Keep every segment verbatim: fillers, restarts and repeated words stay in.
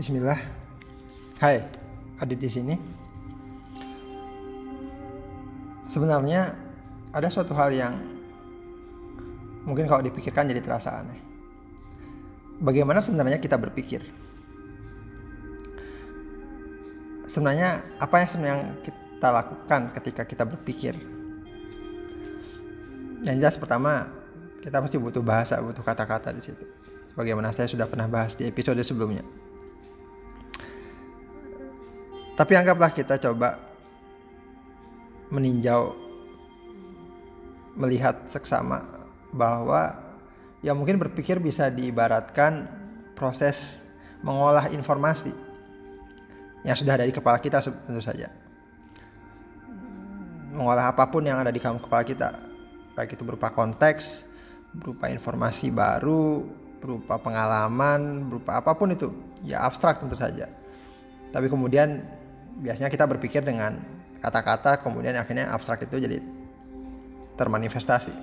Bismillah. Hai, Adit di sini. Sebenarnya ada suatu hal yang mungkin kalau dipikirkan jadi terasa aneh. Bagaimana sebenarnya kita berpikir? Sebenarnya apa yang sebenarnya kita lakukan ketika kita berpikir? Yang jelas pertama, kita pasti butuh bahasa, butuh kata-kata di situ. Sebagaimana saya sudah pernah bahas di episode sebelumnya. Tapi anggaplah kita coba meninjau, melihat seksama bahwa ya mungkin berpikir bisa diibaratkan proses mengolah informasi yang sudah ada di kepala kita tentu saja. Mengolah apapun yang ada di kepala kita, baik itu berupa konteks, berupa informasi baru, berupa pengalaman, berupa apapun itu, ya abstrak tentu saja. Tapi kemudian biasanya kita berpikir dengan kata-kata, kemudian akhirnya abstrak itu jadi termanifestasi.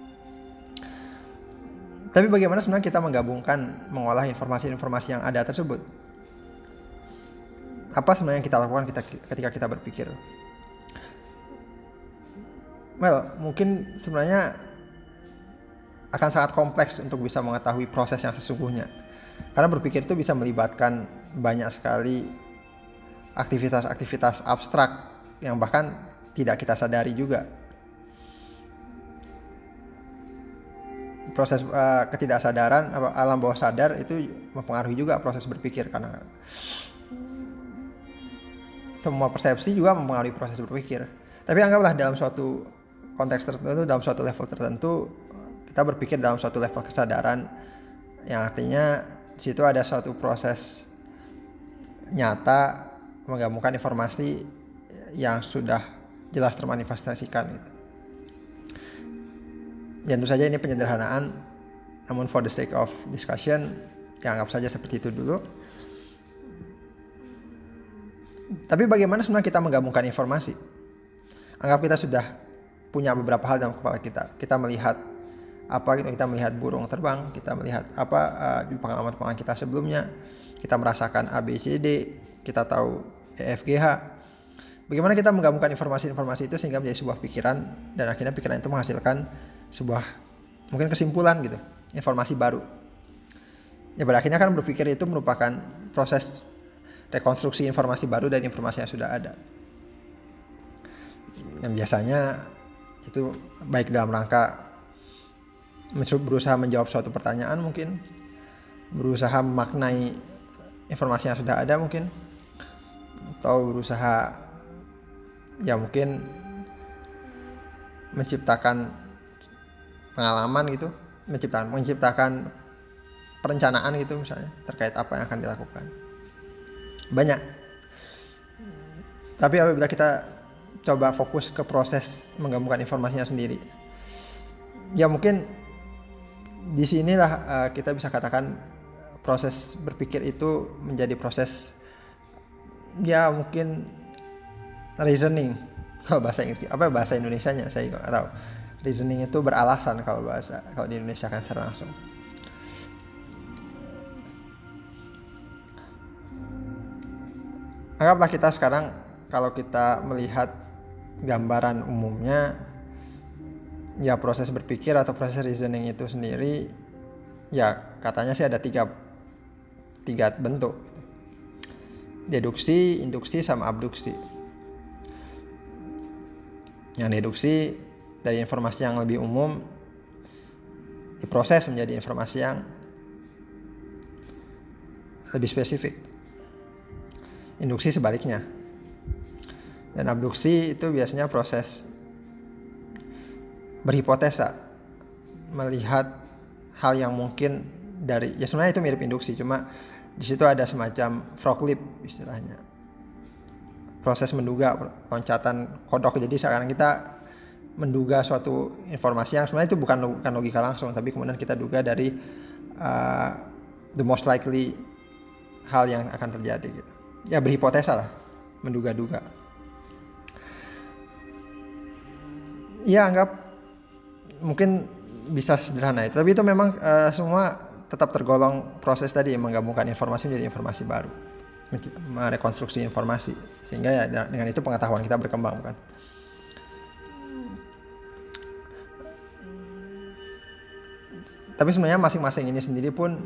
Tapi bagaimana sebenarnya kita menggabungkan, mengolah informasi-informasi yang ada tersebut? Apa sebenarnya yang kita lakukan kita, ketika kita berpikir? Well, mungkin sebenarnya akan sangat kompleks untuk bisa mengetahui proses yang sesungguhnya. Karena berpikir itu bisa melibatkan banyak sekali aktivitas-aktivitas abstrak yang bahkan tidak kita sadari juga. Proses uh, ketidaksadaran, alam bawah sadar itu mempengaruhi juga proses berpikir, karena semua persepsi juga mempengaruhi proses berpikir. Tapi anggaplah dalam suatu konteks tertentu, dalam suatu level tertentu, kita berpikir dalam suatu level kesadaran, yang artinya di situ ada suatu proses nyata menggabungkan informasi yang sudah jelas termanifestasikan gitu. Ya, tentu saja ini penyederhanaan, namun for the sake of discussion, ya anggap saja seperti itu dulu. Tapi bagaimana sebenarnya kita menggabungkan informasi? Anggap kita sudah punya beberapa hal dalam kepala kita. Kita melihat apa gitu, kita melihat burung terbang, kita melihat apa uh, di pengalaman-pengalaman kita sebelumnya, kita merasakan A B C D, kita tahu E F G H. Bagaimana kita menggabungkan informasi-informasi itu sehingga menjadi sebuah pikiran, dan akhirnya pikiran itu menghasilkan sebuah mungkin kesimpulan gitu, informasi baru. Ya, pada akhirnya kan berpikir itu merupakan proses rekonstruksi informasi baru dari informasi yang sudah ada. Yang biasanya itu baik dalam rangka berusaha menjawab suatu pertanyaan, mungkin berusaha memaknai informasi yang sudah ada mungkin, atau berusaha ya mungkin menciptakan pengalaman gitu, menciptakan menciptakan perencanaan gitu misalnya terkait apa yang akan dilakukan. Banyak. Tapi apabila kita coba fokus ke proses menggabungkan informasinya sendiri, ya mungkin di sinilah uh, kita bisa katakan proses berpikir itu menjadi proses ya mungkin reasoning kalau bahasa Inggris, apa bahasa Indonesianya saya nggak tahu. Reasoning itu beralasan kalau bahasa, kalau di Indonesia kan secara langsung. Anggaplah kita sekarang kalau kita melihat gambaran umumnya, ya proses berpikir atau proses reasoning itu sendiri, ya katanya sih ada tiga tiga bentuk. Deduksi, induksi, sama abduksi. Yang deduksi dari informasi yang lebih umum diproses menjadi informasi yang lebih spesifik. Induksi sebaliknya. Dan abduksi itu biasanya proses berhipotesa, melihat hal yang mungkin dari, ya sebenarnya itu mirip induksi, cuma di situ ada semacam frog leap istilahnya. Proses menduga, loncatan kodok. Jadi sekarang kita menduga suatu informasi yang sebenarnya itu bukan bukan logika langsung, tapi kemudian kita duga dari uh, the most likely hal yang akan terjadi gitu. Ya berhipotesa lah, menduga-duga. Ya anggap mungkin bisa sederhana itu, tapi itu memang uh, semua tetap tergolong proses tadi, menggabungkan informasi menjadi informasi baru. merekonstruksi informasi, sehingga ya dengan itu pengetahuan kita berkembang, bukan? Tapi sebenarnya masing-masing ini sendiri pun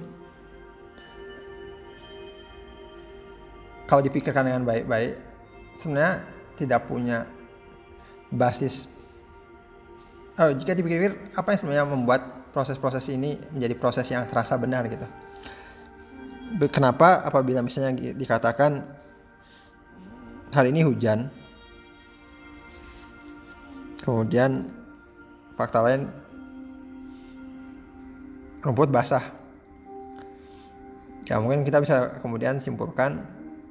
kalau dipikirkan dengan baik-baik sebenarnya tidak punya basis. Oh, jika dipikir apa yang sebenarnya membuat proses-proses ini menjadi proses yang terasa benar gitu. Kenapa apabila misalnya dikatakan hari ini hujan, kemudian fakta lain rumput basah, ya mungkin kita bisa kemudian simpulkan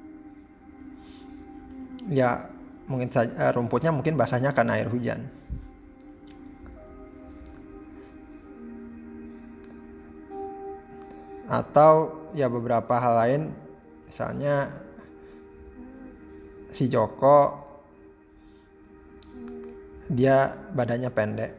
ya mungkin saja rumputnya mungkin basahnya karena air hujan. Atau ya beberapa hal lain, misalnya si Joko dia badannya pendek,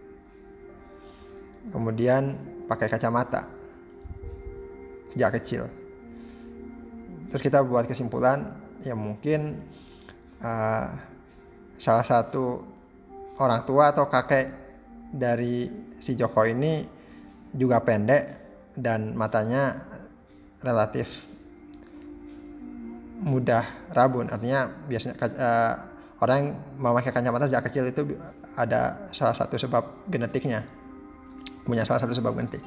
kemudian pakai kacamata sejak kecil. Terus kita buat kesimpulan ya mungkin uh, salah satu orang tua atau kakek dari si Joko ini juga pendek dan matanya relatif mudah rabun. Artinya biasanya uh, orang yang memakai kacamata sejak kecil itu ada salah satu sebab genetiknya, punya salah satu sebab genetik.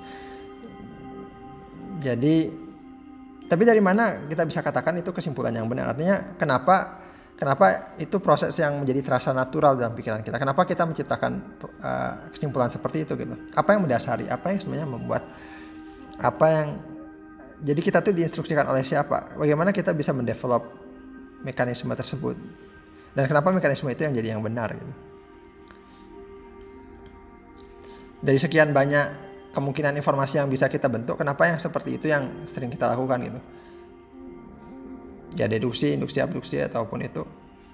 Jadi, tapi dari mana kita bisa katakan itu kesimpulan yang benar? Artinya kenapa kenapa itu proses yang menjadi terasa natural dalam pikiran kita? Kenapa kita menciptakan uh, kesimpulan seperti itu gitu? Apa yang mendasari? Apa yang sebenarnya membuat apa yang jadi kita tuh diinstruksikan oleh siapa? Bagaimana kita bisa mendevelop mekanisme tersebut? Dan kenapa mekanisme itu yang jadi yang benar gitu? Dari sekian banyak kemungkinan informasi yang bisa kita bentuk, kenapa yang seperti itu yang sering kita lakukan gitu? Ya deduksi, induksi, abduksi ataupun itu.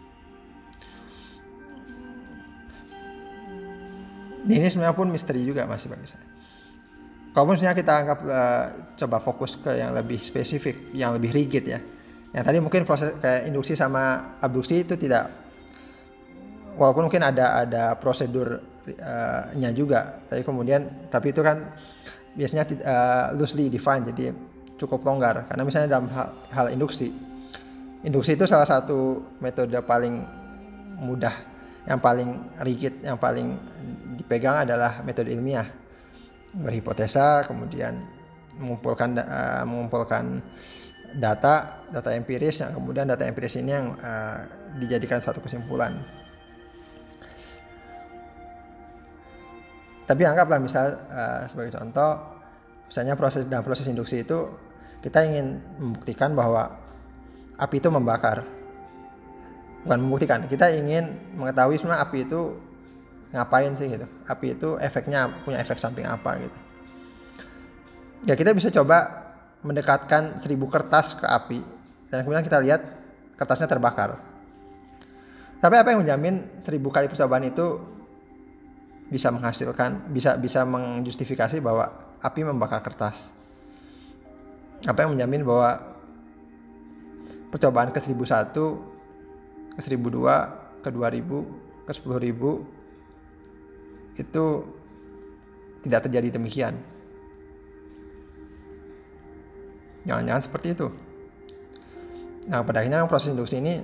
Ini sebenarnya pun misteri juga masih bagi saya. Kalaupun sebenarnya kita anggap uh, coba fokus ke yang lebih spesifik, yang lebih rigid ya. Yang tadi mungkin proses kayak induksi sama abduksi itu tidak, walaupun mungkin ada ada prosedurnya uh, juga, tapi kemudian tapi itu kan biasanya uh, loosely defined, jadi cukup longgar. Karena misalnya dalam hal, hal induksi, induksi itu salah satu metode paling mudah, yang paling rigid, yang paling dipegang adalah metode ilmiah, berhipotesa, kemudian mengumpulkan uh, mengumpulkan data data empiris, yang kemudian data empiris ini yang uh, dijadikan suatu kesimpulan. Tapi anggaplah misal uh, sebagai contoh, misalnya proses dalam proses induksi itu kita ingin membuktikan bahwa api itu membakar. Bukan membuktikan, kita ingin mengetahui sebenarnya api itu ngapain sih gitu. Api itu efeknya punya efek samping apa gitu. Ya kita bisa coba mendekatkan seribu kertas ke api dan kemudian kita lihat kertasnya terbakar. Tapi apa yang menjamin seribu kali percobaan itu bisa menghasilkan, bisa bisa menjustifikasi bahwa api membakar kertas? Apa yang menjamin bahwa percobaan ke seribu satu, ke seribu dua, ke dua ribu, ke sepuluh ribu itu tidak terjadi demikian? Jangan-jangan seperti itu. Nah, pada akhirnya proses induksi ini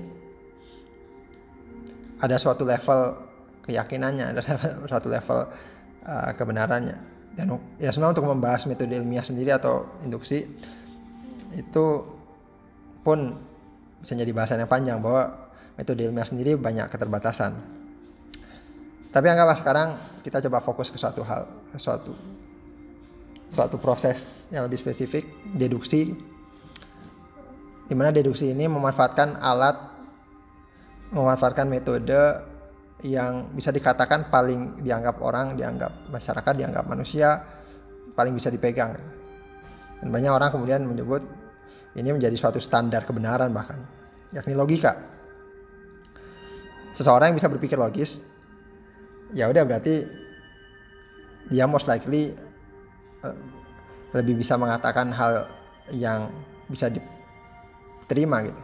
ada suatu level keyakinannya, ada suatu level uh, kebenarannya. Dan ya sebenarnya untuk membahas metode ilmiah sendiri atau induksi itu pun bisa jadi bahasan yang panjang, bahwa metode ilmiah sendiri banyak keterbatasan. Tapi anggaplah sekarang kita coba fokus ke suatu hal, ke suatu suatu proses yang lebih spesifik, deduksi, di mana deduksi ini memanfaatkan alat, memanfaatkan metode yang bisa dikatakan paling dianggap orang, dianggap masyarakat, dianggap manusia paling bisa dipegang. Dan banyak orang kemudian menyebut ini menjadi suatu standar kebenaran bahkan, yakni logika. Seseorang yang bisa berpikir logis, ya udah berarti dia most likely uh, lebih bisa mengatakan hal yang bisa di, terima gitu.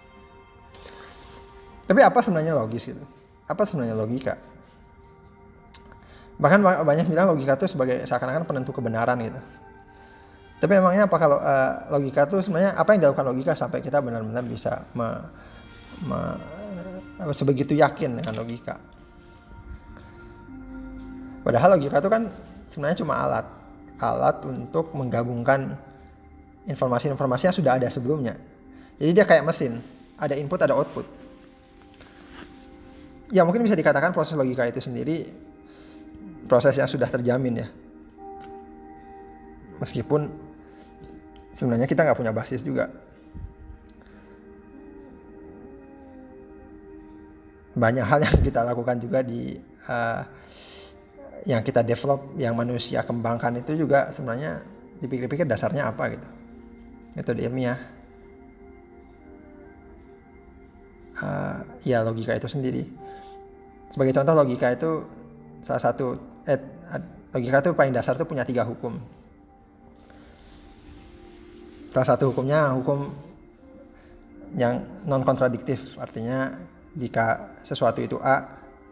Tapi apa sebenarnya logis gitu? Apa sebenarnya logika? Bahkan banyak bilang logika itu sebagai seakan-akan penentu kebenaran gitu. Tapi emangnya apa kalau uh, logika itu sebenarnya apa yang dilakukan logika sampai kita benar-benar bisa me, me, uh, sebegitu yakin dengan logika? Padahal logika itu kan sebenarnya cuma alat, alat untuk menggabungkan informasi-informasi yang sudah ada sebelumnya. Jadi dia kayak mesin, ada input, ada output. Ya mungkin bisa dikatakan proses logika itu sendiri proses yang sudah terjamin ya. Meskipun sebenarnya kita nggak punya basis juga. Banyak hal yang kita lakukan juga di uh, yang kita develop, yang manusia kembangkan itu juga sebenarnya dipikir-pikir dasarnya apa gitu. Metode ilmiah. Uh, ya logika itu sendiri. Sebagai contoh logika itu salah satu eh, logika itu paling dasar itu punya tiga hukum. Salah satu hukumnya hukum yang non kontradiktif, artinya jika sesuatu itu A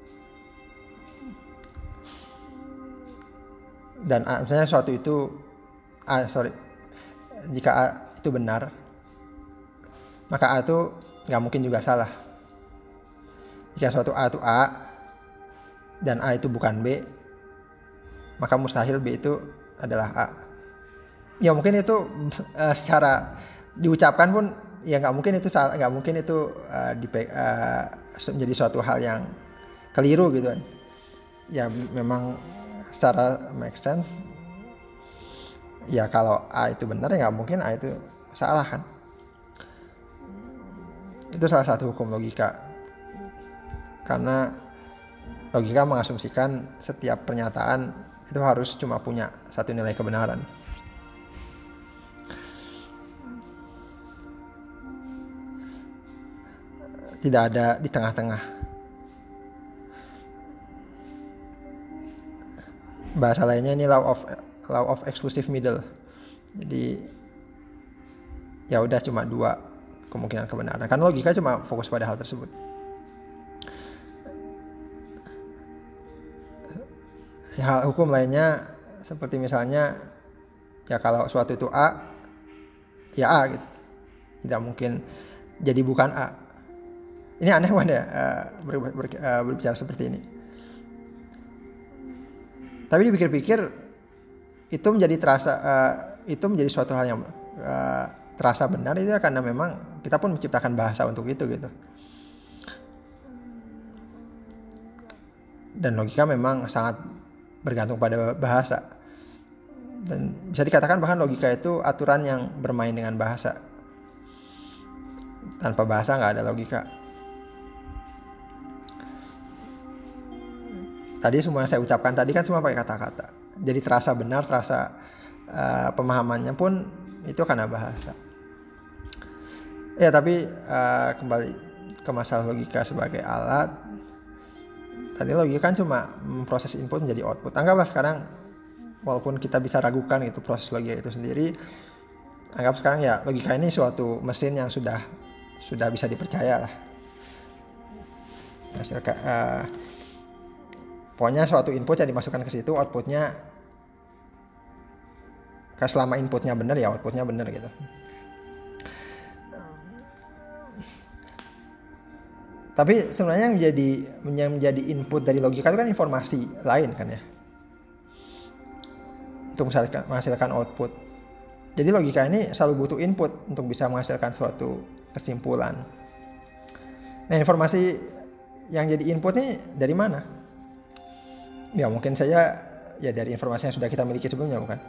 dan A, misalnya sesuatu itu A sorry jika A itu benar, maka A itu nggak mungkin juga salah. Jika suatu A itu A dan A itu bukan B, maka mustahil B itu adalah A. Ya mungkin itu uh, secara diucapkan pun ya nggak mungkin itu salah, nggak mungkin itu uh, dipe- uh, menjadi suatu hal yang keliru gitu kan. Ya memang secara make sense. Ya kalau A itu benar ya nggak mungkin A itu salah kan. Itu salah satu hukum logika. Karena logika mengasumsikan setiap pernyataan itu harus cuma punya satu nilai kebenaran. Tidak ada di tengah-tengah. Bahasa lainnya ini law of law of exclusive middle. Jadi ya udah cuma dua kemungkinan kebenaran. Kan logika cuma fokus pada hal tersebut. Hal hukum lainnya seperti misalnya ya kalau suatu itu A ya A gitu, tidak mungkin jadi bukan A. Ini aneh banget ya uh, ber, ber, uh, berbicara seperti ini. Tapi dipikir-pikir itu menjadi terasa uh, itu menjadi suatu hal yang uh, terasa benar itu ya, karena memang kita pun menciptakan bahasa untuk itu gitu. Dan logika memang sangat bergantung pada bahasa. Dan bisa dikatakan bahkan logika itu aturan yang bermain dengan bahasa. Tanpa bahasa nggak ada logika. Tadi semua yang saya ucapkan tadi kan semua pakai kata-kata. Jadi terasa benar, terasa uh, pemahamannya pun itu karena bahasa. Ya tapi uh, kembali ke masalah logika sebagai alat. Tadi logika kan cuma memproses input menjadi output. Anggaplah sekarang, walaupun kita bisa ragukan itu proses logika itu sendiri, anggap sekarang ya logika ini suatu mesin yang sudah sudah bisa dipercaya lah. Hasilkan, uh, pokoknya suatu input yang dimasukkan ke situ, outputnya, selama inputnya benar ya outputnya benar gitu. Tapi sebenarnya yang menjadi yang menjadi input dari logika itu kan informasi lain kan ya, untuk menghasilkan, menghasilkan output. Jadi logika ini selalu butuh input untuk bisa menghasilkan suatu kesimpulan. Nah informasi yang jadi input nih dari mana? Ya mungkin saja ya dari informasi yang sudah kita miliki sebelumnya bukan?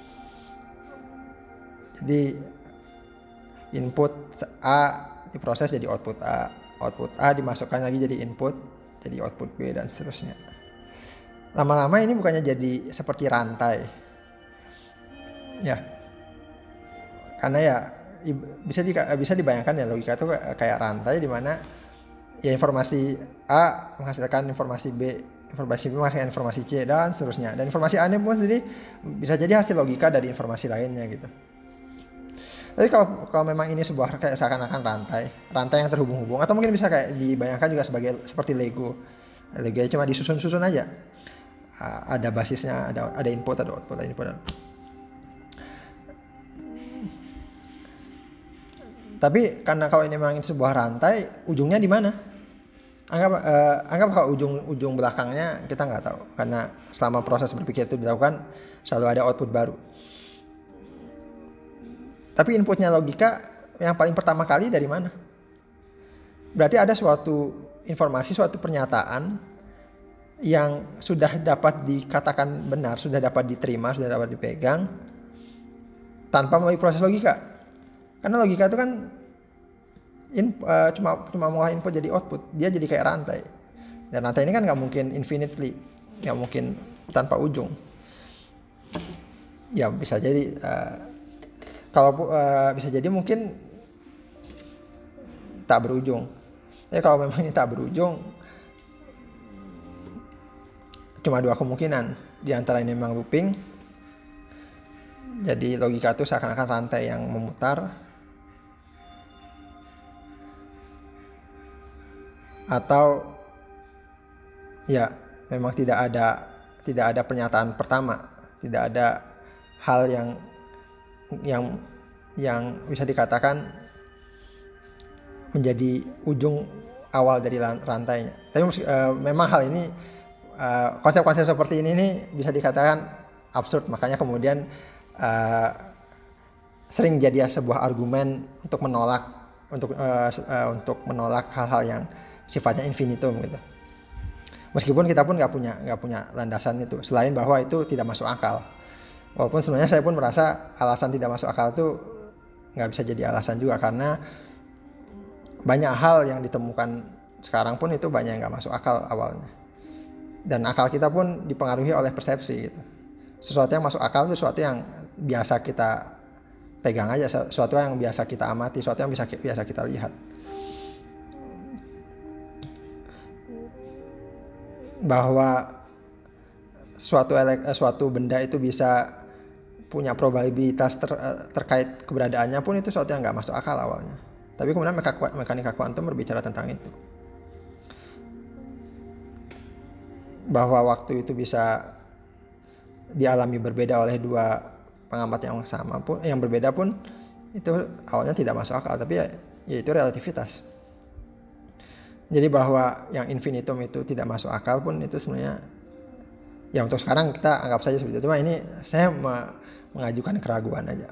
Jadi input A diproses jadi output A, output A dimasukkan lagi jadi input, jadi output B dan seterusnya. Lama-lama ini bukannya jadi seperti rantai, ya? Karena ya bisa di, bisa dibayangkan ya logika itu kayak rantai di mana ya informasi A menghasilkan informasi B, informasi B menghasilkan informasi C dan seterusnya. Dan informasi A ini pun sendiri bisa jadi hasil logika dari informasi lainnya gitu. Tapi kalau kalau memang ini sebuah kayak seakan-akan rantai, rantai yang terhubung-hubung, atau mungkin bisa kayak dibayangkan juga sebagai seperti Lego. Lego cuma disusun-susun aja. Uh, ada basisnya, ada ada input, ada output, ada input. Tapi karena kalau ini memang sebuah rantai, ujungnya di mana? Anggap uh, anggap kalau ujung-ujung belakangnya kita nggak tahu, karena selama proses berpikir itu dilakukan selalu ada output baru. Tapi inputnya logika yang paling pertama kali dari mana? Berarti ada suatu informasi, suatu pernyataan yang sudah dapat dikatakan benar, sudah dapat diterima, sudah dapat dipegang tanpa melalui proses logika. Karena logika itu kan in, uh, cuma cuma mengolah input jadi output, dia jadi kayak rantai. Dan rantai ini kan nggak mungkin infinitely, nggak mungkin tanpa ujung. Ya bisa jadi. Uh, Kalau uh, bisa jadi mungkin tak berujung. Ya kalau memang ini tak berujung, cuma dua kemungkinan. Di antara ini memang looping, jadi logika itu seakan-akan rantai yang memutar, atau ya memang tidak ada tidak ada pernyataan pertama, tidak ada hal yang yang yang bisa dikatakan menjadi ujung awal dari rantainya. Tapi uh, memang hal ini uh, konsep-konsep seperti ini nih bisa dikatakan absurd, makanya kemudian uh, sering jadi sebuah argumen untuk menolak untuk uh, uh, untuk menolak hal-hal yang sifatnya infinitum gitu. Meskipun kita pun nggak punya nggak punya landasan itu, selain bahwa itu tidak masuk akal. Walaupun sebenarnya saya pun merasa alasan tidak masuk akal itu nggak bisa jadi alasan juga, karena banyak hal yang ditemukan sekarang pun itu banyak yang nggak masuk akal awalnya. Dan akal kita pun dipengaruhi oleh persepsi gitu. Sesuatu yang masuk akal itu sesuatu yang biasa kita pegang aja, sesuatu yang biasa kita amati, sesuatu yang bisa biasa kita lihat. Bahwa suatu elek, suatu benda itu bisa punya probabilitas ter, terkait keberadaannya pun itu sesuatu yang nggak masuk akal awalnya. Tapi kemudian mekanika kuantum berbicara tentang itu, bahwa waktu itu bisa dialami berbeda oleh dua pengamat yang sama pun, yang berbeda pun itu awalnya tidak masuk akal, tapi ya, ya itu relativitas. Jadi bahwa yang infinitum itu tidak masuk akal pun itu sebenarnya ya untuk sekarang kita anggap saja seperti itu. Cuma ini saya mengajukan keraguan aja.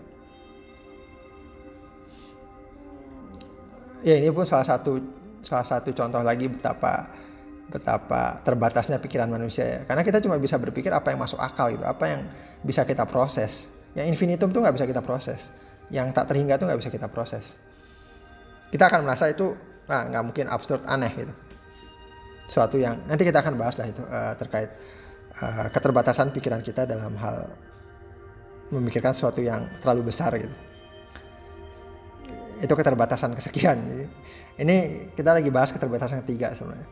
Ya ini pun salah satu salah satu contoh lagi betapa betapa terbatasnya pikiran manusia ya. Karena kita cuma bisa berpikir apa yang masuk akal gitu, apa yang bisa kita proses. Yang infinitum tuh nggak bisa kita proses, yang tak terhingga tuh nggak bisa kita proses. Kita akan merasa itu nah nggak mungkin, absurd, aneh gitu. Suatu yang nanti kita akan bahas lah itu uh, terkait uh, keterbatasan pikiran kita dalam hal memikirkan sesuatu yang terlalu besar gitu. Itu keterbatasan kesekian. Jadi, ini kita lagi bahas keterbatasan ketiga sebenarnya.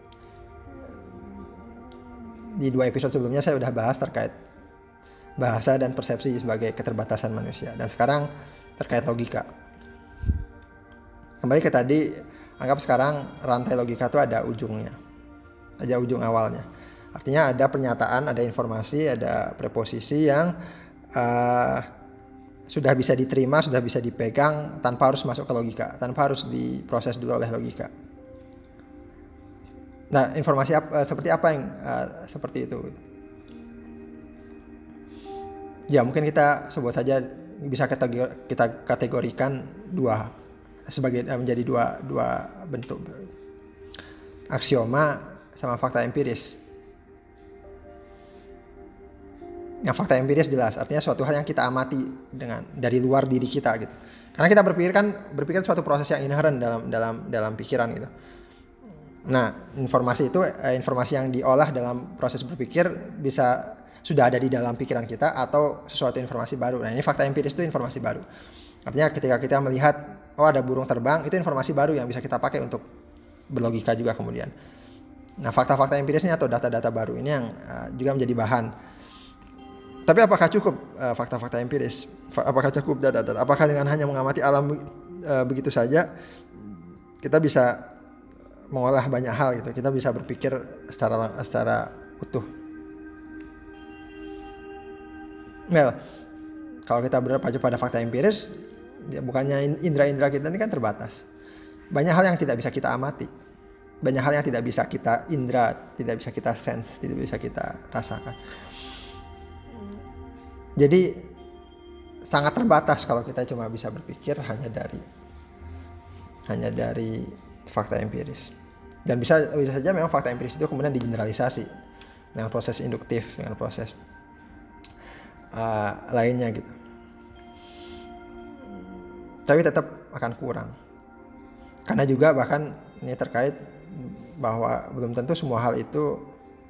Di dua episode sebelumnya saya udah bahas terkait bahasa dan persepsi sebagai keterbatasan manusia. Dan sekarang terkait logika. Kembali ke tadi, anggap sekarang rantai logika itu ada ujungnya. Ada ujung awalnya. Artinya ada pernyataan, ada informasi, ada preposisi yang uh, sudah bisa diterima, sudah bisa dipegang tanpa harus masuk ke logika, tanpa harus diproses dulu oleh logika. Nah, informasi apa, seperti apa yang uh, seperti itu? Ya, mungkin kita sebut saja bisa kita kategorikan dua sebagai menjadi dua dua bentuk, aksioma sama fakta empiris. Yang fakta empiris jelas, artinya suatu hal yang kita amati dengan dari luar diri kita gitu. Karena kita berpikir kan berpikir suatu proses yang inherent dalam dalam dalam pikiran gitu. Nah, informasi itu eh, informasi yang diolah dalam proses berpikir bisa sudah ada di dalam pikiran kita atau sesuatu informasi baru. Nah, ini fakta empiris itu informasi baru. Artinya ketika kita melihat oh ada burung terbang, itu informasi baru yang bisa kita pakai untuk berlogika juga kemudian. Nah, fakta-fakta empirisnya atau data-data baru ini yang uh, juga menjadi bahan Tapi apakah cukup uh, fakta-fakta empiris? Apakah cukup data-data? Apakah dengan hanya mengamati alam uh, begitu saja kita bisa mengolah banyak hal gitu? Kita bisa berpikir secara secara utuh. Well, kalau kita berpacu pada fakta empiris, ya bukannya indera-indera kita ini kan terbatas. Banyak hal yang tidak bisa kita amati. Banyak hal yang tidak bisa kita indera, tidak bisa kita sense, tidak bisa kita rasakan. Jadi sangat terbatas kalau kita cuma bisa berpikir hanya dari hanya dari fakta empiris. Dan bisa bisa saja memang fakta empiris itu kemudian digeneralisasi dengan proses induktif, dengan proses uh, lainnya gitu. Tapi tetap akan kurang. Karena juga bahkan ini terkait bahwa belum tentu semua hal itu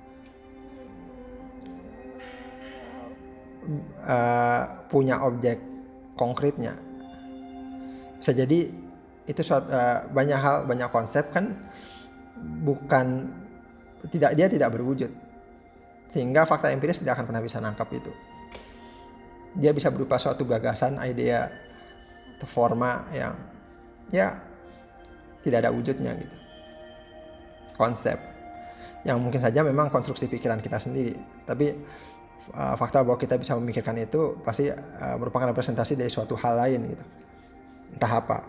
uh, punya objek konkretnya. Bisa jadi itu suatu, uh, banyak hal, banyak konsep kan bukan tidak dia tidak berwujud. Sehingga fakta empiris tidak akan pernah bisa nangkap itu. Dia bisa berupa suatu gagasan, idea, atau forma yang ya tidak ada wujudnya gitu. Konsep yang mungkin saja memang konstruksi pikiran kita sendiri, tapi uh, fakta bahwa kita bisa memikirkan itu pasti uh, merupakan representasi dari suatu hal lain gitu, entah apa,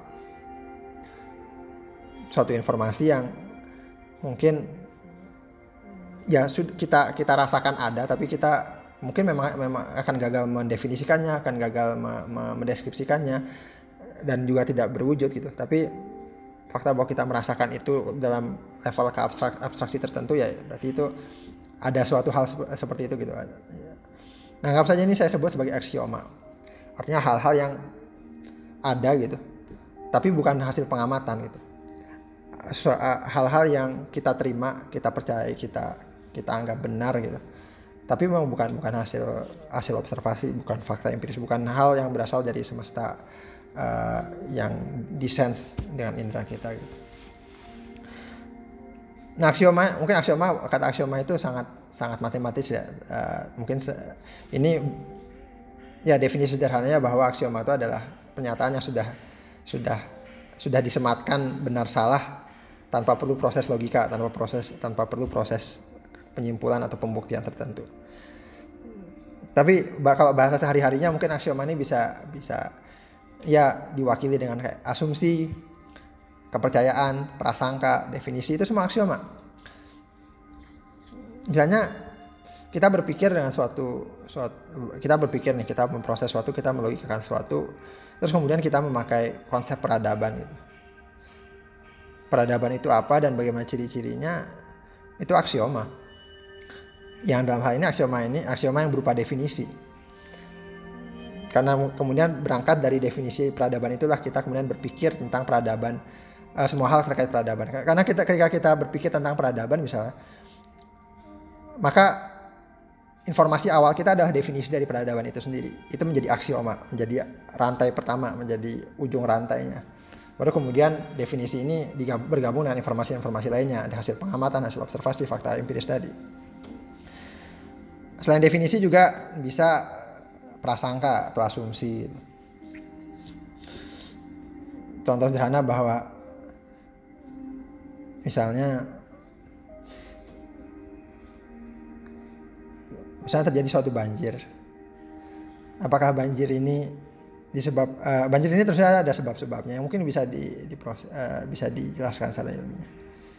suatu informasi yang mungkin ya kita kita rasakan ada, tapi kita mungkin memang memang akan gagal mendefinisikannya, akan gagal me, me, mendeskripsikannya, dan juga tidak berwujud gitu. Tapi fakta bahwa kita merasakan itu dalam level ke abstrak, abstraksi tertentu ya berarti itu ada suatu hal sep- seperti itu gitu. Nah, anggap saja ini saya sebut sebagai aksioma. Artinya hal-hal yang ada gitu, tapi bukan hasil pengamatan gitu. Hal-hal yang kita terima, kita percaya, kita kita anggap benar gitu. Tapi memang bukan bukan hasil hasil observasi, bukan fakta empiris, bukan hal yang berasal dari semesta. Uh, yang disense dengan indera kita gitu. Nah, aksioma, mungkin aksioma, kata aksioma itu sangat sangat matematis ya. Uh, mungkin se- ini ya definisi sederhananya bahwa aksioma itu adalah pernyataan yang sudah sudah sudah disematkan benar salah tanpa perlu proses logika, tanpa proses tanpa perlu proses penyimpulan atau pembuktian tertentu. Tapi kalau bahasa sehari-harinya mungkin aksioma ini bisa bisa ya diwakili dengan kayak asumsi, kepercayaan, prasangka, definisi, itu semua aksioma. Misalnya kita berpikir dengan suatu, suatu kita berpikir nih, kita memproses suatu, kita melogikakan suatu, terus kemudian kita memakai konsep peradaban gitu. Peradaban itu apa dan bagaimana ciri-cirinya, itu aksioma. Yang dalam hal ini aksioma ini aksioma yang berupa definisi. Karena kemudian berangkat dari definisi peradaban itulah kita kemudian berpikir tentang peradaban, uh, semua hal terkait peradaban. Karena kita ketika kita berpikir tentang peradaban misalnya, maka informasi awal kita adalah definisi dari peradaban itu sendiri. Itu menjadi aksioma, menjadi rantai pertama, menjadi ujung rantainya. Baru kemudian definisi ini bergabung dengan informasi-informasi lainnya, ada hasil pengamatan, hasil observasi, fakta empiris tadi. Selain definisi juga bisa prasangka atau asumsi. Contoh sederhana bahwa misalnya misalnya terjadi suatu banjir. Apakah banjir ini disebab uh, banjir ini terus ada sebab-sebabnya yang mungkin bisa di, di proses, uh, bisa dijelaskan secara ilmiah.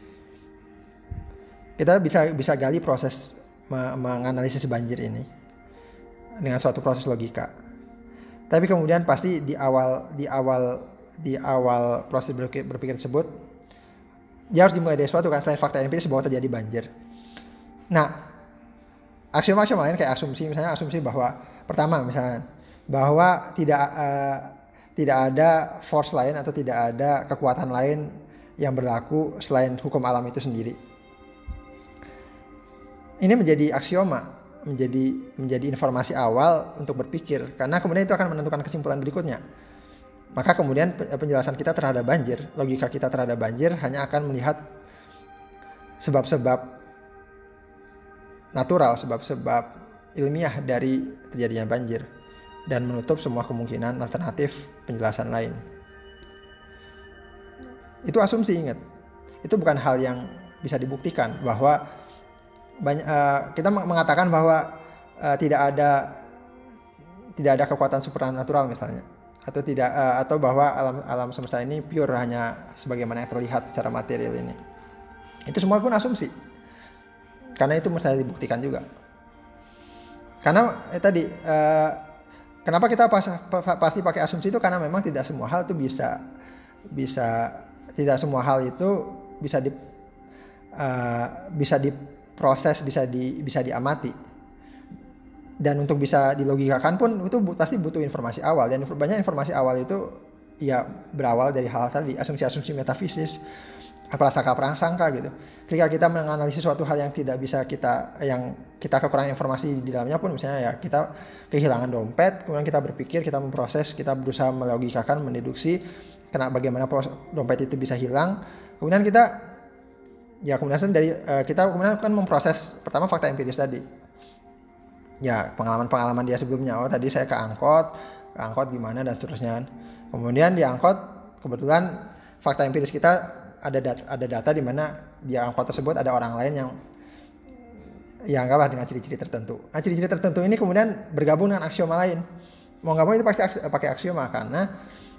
Kita bisa bisa gali proses me- menganalisis banjir ini dengan suatu proses logika. Tapi kemudian pasti di awal di awal di awal proses berpikir, berpikir tersebut dia harus dimulai dari suatu kan, selain fakta empiris bahwa terjadi banjir. Nah, aksioma-aksioma lain kayak asumsi, misalnya asumsi bahwa pertama misalnya bahwa tidak uh, tidak ada force lain atau tidak ada kekuatan lain yang berlaku selain hukum alam itu sendiri. Ini menjadi aksioma, menjadi menjadi informasi awal untuk berpikir, karena kemudian itu akan menentukan kesimpulan berikutnya. Maka kemudian penjelasan kita terhadap banjir, logika kita terhadap banjir hanya akan melihat sebab-sebab natural, sebab-sebab ilmiah dari terjadinya banjir dan menutup semua kemungkinan alternatif penjelasan lain. Itu asumsi, ingat. Itu bukan hal yang bisa dibuktikan bahwa banyak, uh, kita mengatakan bahwa uh, tidak ada tidak ada kekuatan supernatural misalnya, atau tidak uh, atau bahwa alam alam semesta ini pure hanya sebagaimana yang terlihat secara material ini. Itu semua pun asumsi. Karena itu mustahil dibuktikan juga. Karena eh, tadi uh, kenapa kita pas, pa, pasti pakai asumsi itu karena memang tidak semua hal itu bisa bisa tidak semua hal itu bisa di uh, bisa diproses, bisa di bisa diamati. Dan untuk bisa dilogikakan pun itu bu, pasti butuh informasi awal, dan banyak informasi awal itu ya berawal dari hal tadi, asumsi-asumsi metafisis, prasangka-prasangka gitu. Ketika kita menganalisis suatu hal yang tidak bisa kita, yang kita kekurangan informasi di dalamnya pun, misalnya ya kita kehilangan dompet, kemudian kita berpikir, kita memproses, kita berusaha melogikakan, mendeduksi kenapa, bagaimana dompet itu bisa hilang. Kemudian kita ya kemudian dari uh, kita kemudian kan memproses pertama fakta empiris tadi. Ya pengalaman-pengalaman dia sebelumnya, oh tadi saya ke angkot, ke angkot gimana dan seterusnya kan. Kemudian di angkot kebetulan fakta empiris kita ada data, ada data di mana di angkot tersebut ada orang lain yang yang anggaplah dengan ciri-ciri tertentu. Nah ciri-ciri tertentu ini kemudian bergabung dengan aksioma lain. Mau nggak mau itu pasti aks- pakai aksioma, karena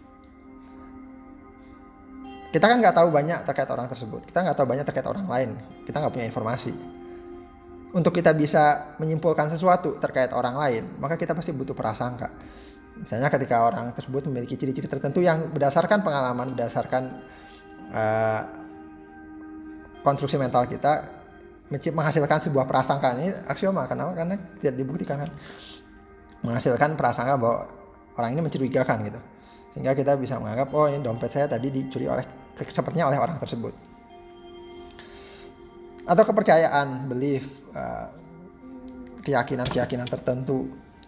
kita kan nggak tahu banyak terkait orang tersebut, kita nggak tahu banyak terkait orang lain, kita nggak punya informasi. Untuk kita bisa menyimpulkan sesuatu terkait orang lain, maka kita pasti butuh prasangka. Misalnya ketika orang tersebut memiliki ciri-ciri tertentu yang berdasarkan pengalaman, berdasarkan uh, konstruksi mental kita, menghasilkan sebuah prasangka. Ini aksioma, kenapa? Karena tidak dibuktikan kan. Menghasilkan prasangka bahwa orang ini mencurigakan gitu. Sehingga kita bisa menganggap, oh ini dompet saya tadi dicuri oleh, sepertinya oleh orang tersebut. Atau kepercayaan, belief, uh, keyakinan-keyakinan tertentu.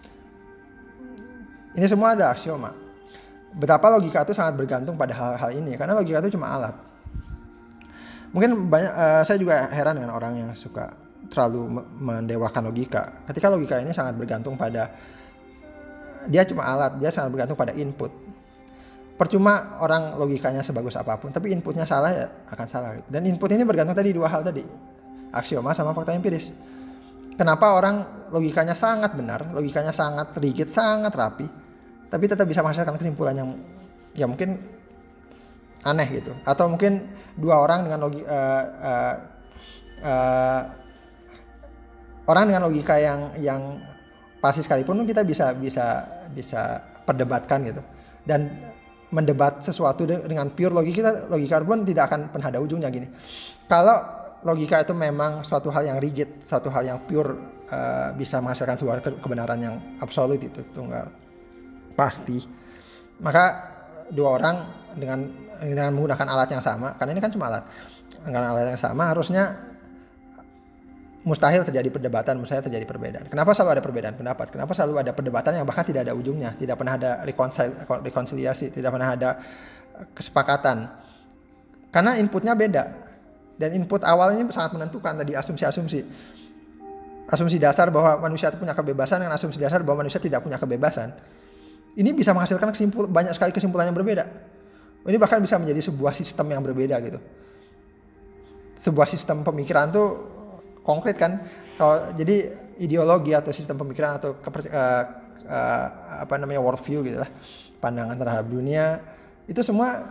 Ini semua ada aksioma. Betapa logika itu sangat bergantung pada hal-hal ini, karena logika itu cuma alat. Mungkin banyak, uh, saya juga heran dengan orang yang suka terlalu mendewakan logika. Ketika logika ini sangat bergantung pada, dia cuma alat, dia sangat bergantung pada input. Percuma orang logikanya sebagus apapun, tapi inputnya salah ya akan salah. Dan input ini bergantung tadi dua hal tadi, aksioma sama fakta empiris. Kenapa orang logikanya sangat benar, logikanya sangat rigid, sangat rapi, tapi tetap bisa menghasilkan kesimpulan yang ya mungkin aneh gitu. Atau mungkin dua orang dengan logika uh, uh, uh, orang dengan logika yang yang pasti sekalipun kita bisa bisa bisa perdebatkan gitu. Dan mendebat sesuatu dengan pure logika, logika pun tidak akan pernah ada ujungnya gini. Kalau logika itu memang suatu hal yang rigid, suatu hal yang pure, uh, bisa menghasilkan sebuah kebenaran yang absolut, itu tunggal pasti, maka dua orang dengan dengan menggunakan alat yang sama, karena ini kan cuma alat, dengan alat yang sama harusnya mustahil terjadi perdebatan, mustahil terjadi perbedaan. Kenapa selalu ada perbedaan pendapat? Kenapa selalu ada perdebatan yang bahkan tidak ada ujungnya? Tidak pernah ada rekonsiliasi, tidak pernah ada kesepakatan. Karena inputnya beda. Dan input awal ini sangat menentukan tadi, asumsi-asumsi. Asumsi dasar bahwa manusia punya kebebasan dengan asumsi dasar bahwa manusia tidak punya kebebasan. Ini bisa menghasilkan kesimpulan, banyak sekali kesimpulan yang berbeda. Ini bahkan bisa menjadi sebuah sistem yang berbeda gitu. Sebuah sistem pemikiran tuh konkret kan, kalau jadi ideologi atau sistem pemikiran atau keper, uh, uh, apa namanya worldview gitu lah, pandangan terhadap dunia, itu semua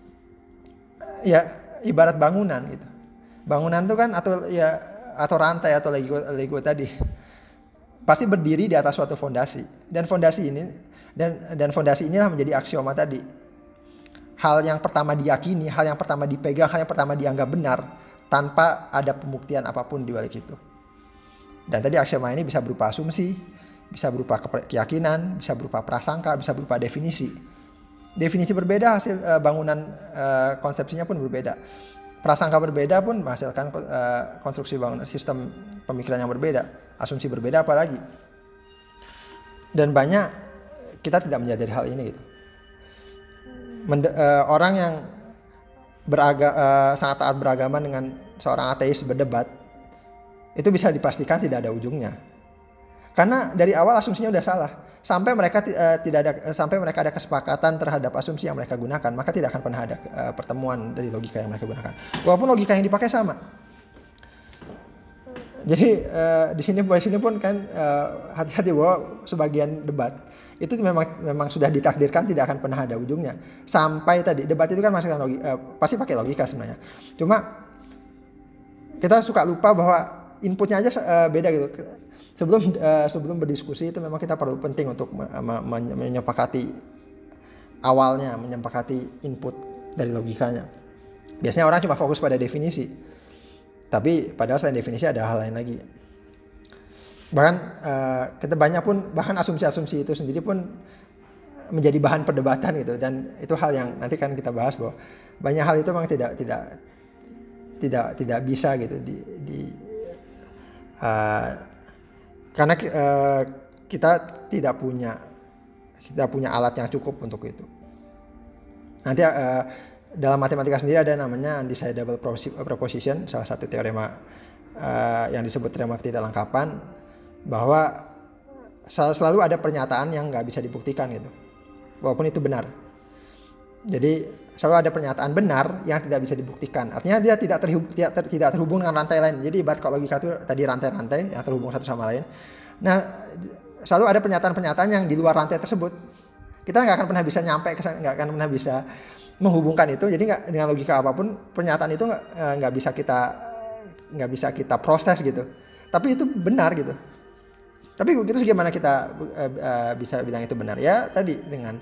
ya ibarat bangunan gitu. Bangunan tuh kan atau ya atau rantai atau lego, lego tadi pasti berdiri di atas suatu fondasi, dan fondasi ini dan dan fondasi inilah menjadi aksioma tadi. Hal yang pertama diyakini, hal yang pertama dipegang, hal yang pertama dianggap benar, tanpa ada pembuktian apapun di balik itu. Dan tadi aksioma ini bisa berupa asumsi, bisa berupa keyakinan, bisa berupa prasangka, bisa berupa definisi. Definisi berbeda, hasil uh, bangunan uh, konsepsinya pun berbeda. Prasangka berbeda pun menghasilkan uh, konstruksi bangunan sistem pemikiran yang berbeda, asumsi berbeda apalagi. Dan banyak kita tidak menyadari hal ini gitu. Mende- uh, orang yang Beraga, uh, sangat taat beragama dengan seorang ateis berdebat, itu bisa dipastikan tidak ada ujungnya. Karena dari awal asumsinya udah salah. Sampai mereka uh, tidak ada uh, sampai mereka ada kesepakatan terhadap asumsi yang mereka gunakan, maka tidak akan pernah ada uh, pertemuan dari logika yang mereka gunakan. Walaupun logika yang dipakai sama. Jadi uh, di sini di sini pun kan uh, hati-hati bahwa sebagian debat itu memang memang sudah ditakdirkan tidak akan pernah ada ujungnya. Sampai tadi debat itu kan masih logika, uh, pasti pakai logika sebenarnya. Cuma kita suka lupa bahwa inputnya aja uh, beda gitu. Sebelum uh, sebelum berdiskusi itu memang kita perlu penting untuk me- me- menyepakati awalnya, menyepakati input dari logikanya. Biasanya orang cuma fokus pada definisi, tapi padahal selain definisi ada hal lain lagi. Bahkan uh, kita banyak pun bahkan asumsi-asumsi itu sendiri pun menjadi bahan perdebatan gitu, dan itu hal yang nanti kan kita bahas bahwa banyak hal itu memang tidak tidak tidak tidak bisa gitu di, di uh, karena uh, kita tidak punya kita punya alat yang cukup untuk itu. Nanti uh, dalam matematika sendiri ada namanya undecidable proposition, salah satu teorema uh, yang disebut teorema ketidaklengkapan, bahwa selalu ada pernyataan yang nggak bisa dibuktikan gitu, walaupun itu benar. Jadi selalu ada pernyataan benar yang tidak bisa dibuktikan. Artinya dia tidak terhubung, tidak, ter, tidak terhubung dengan rantai lain. Jadi ibarat kalau logika itu tadi rantai-rantai yang terhubung satu sama lain. Nah, selalu ada pernyataan-pernyataan yang di luar rantai tersebut. Kita nggak akan pernah bisa nyampe ke sana, nggak akan pernah bisa menghubungkan itu. Jadi nggak, dengan logika apapun pernyataan itu nggak nggak bisa kita nggak bisa kita proses gitu. Tapi itu benar gitu. Tapi itu gimana kita uh, uh, bisa bilang itu benar? Ya tadi dengan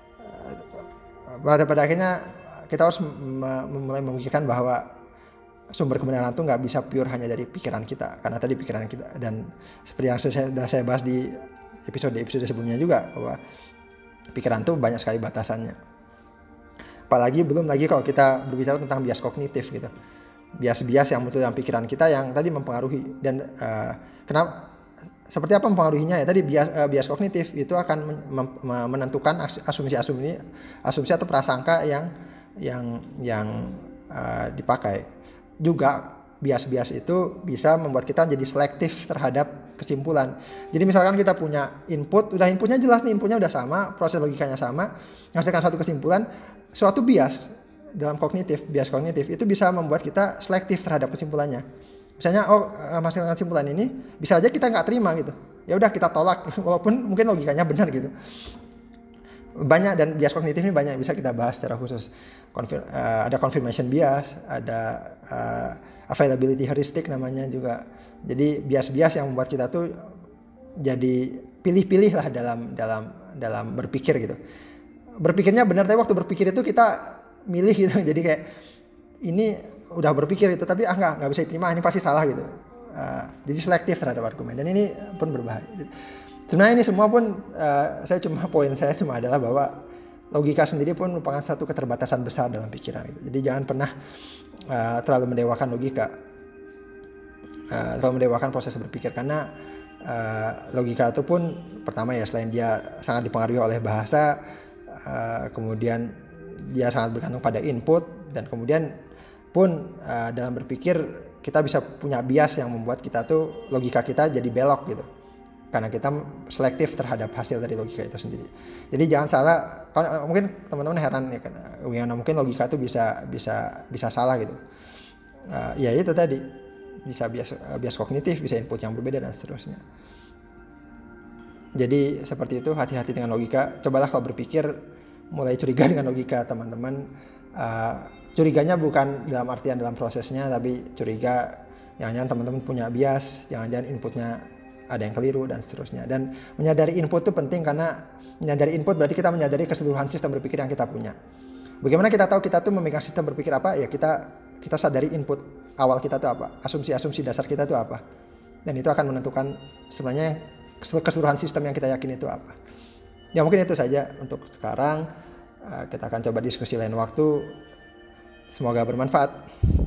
pada pada akhirnya kita harus mulai memikirkan bahwa sumber kebenaran itu nggak bisa pure hanya dari pikiran kita, karena tadi pikiran kita, dan seperti yang sudah saya bahas di episode episode sebelumnya juga, bahwa pikiran itu banyak sekali batasannya. Apalagi belum lagi kalau kita berbicara tentang bias kognitif gitu, bias-bias yang muncul dalam pikiran kita yang tadi mempengaruhi. Dan uh, kenapa seperti apa mempengaruhinya ya? Tadi bias uh, bias kognitif itu akan men- menentukan asumsi-asumsi asumsi atau prasangka yang yang yang uh, dipakai. Juga bias-bias itu bisa membuat kita jadi selektif terhadap kesimpulan. Jadi misalkan kita punya input, udah inputnya jelas nih, inputnya udah sama, proses logikanya sama, menghasilkan suatu kesimpulan, suatu bias dalam kognitif, bias kognitif itu bisa membuat kita selektif terhadap kesimpulannya. Misalnya, oh menghasilkan kesimpulan ini, bisa aja kita nggak terima gitu. Ya udah kita tolak, walaupun mungkin logikanya benar gitu. Banyak, dan bias kognitif ini banyak yang bisa kita bahas secara khusus. Confir, uh, ada confirmation bias, ada uh, availability heuristic namanya juga. Jadi bias-bias yang membuat kita tuh jadi pilih-pilih lah dalam dalam dalam berpikir gitu. Berpikirnya benar, tapi waktu berpikir itu kita milih gitu. Jadi kayak ini udah berpikir itu, tapi ah nggak nggak bisa diterima, ini pasti salah gitu. Uh, jadi selektif terhadap argumen, dan ini pun berbahaya. Sebenarnya ini semua pun uh, saya cuma poin saya cuma adalah bahwa logika sendiri pun merupakan satu keterbatasan besar dalam pikiran gitu. Jadi jangan pernah uh, terlalu mendewakan logika, uh, terlalu mendewakan proses berpikir, karena uh, logika itu pun pertama ya, selain dia sangat dipengaruhi oleh bahasa, uh, kemudian dia sangat bergantung pada input, dan kemudian pun uh, dalam berpikir kita bisa punya bias yang membuat kita tuh logika kita jadi belok gitu, karena kita selektif terhadap hasil dari logika itu sendiri. Jadi jangan salah, kalau mungkin teman-teman heran ya kan, ya, mungkin logika itu bisa bisa bisa salah gitu. Uh, ya itu tadi bisa bias bias kognitif, bisa input yang berbeda dan seterusnya. Jadi seperti itu, hati-hati dengan logika. Cobalah kalau berpikir mulai curiga dengan logika teman-teman. Uh, curiganya bukan dalam artian dalam prosesnya, tapi curiga jangan-jangan teman-teman punya bias, jangan-jangan inputnya ada yang keliru dan seterusnya. Dan menyadari input itu penting, karena menyadari input berarti kita menyadari keseluruhan sistem berpikir yang kita punya. Bagaimana kita tahu kita tuh memegang sistem berpikir apa? Ya kita kita sadari input awal kita tuh apa, asumsi-asumsi dasar kita tuh apa. Dan itu akan menentukan sebenarnya keseluruhan sistem yang kita yakini itu apa. Ya mungkin itu saja untuk sekarang. Kita akan coba diskusi lain waktu. Semoga bermanfaat.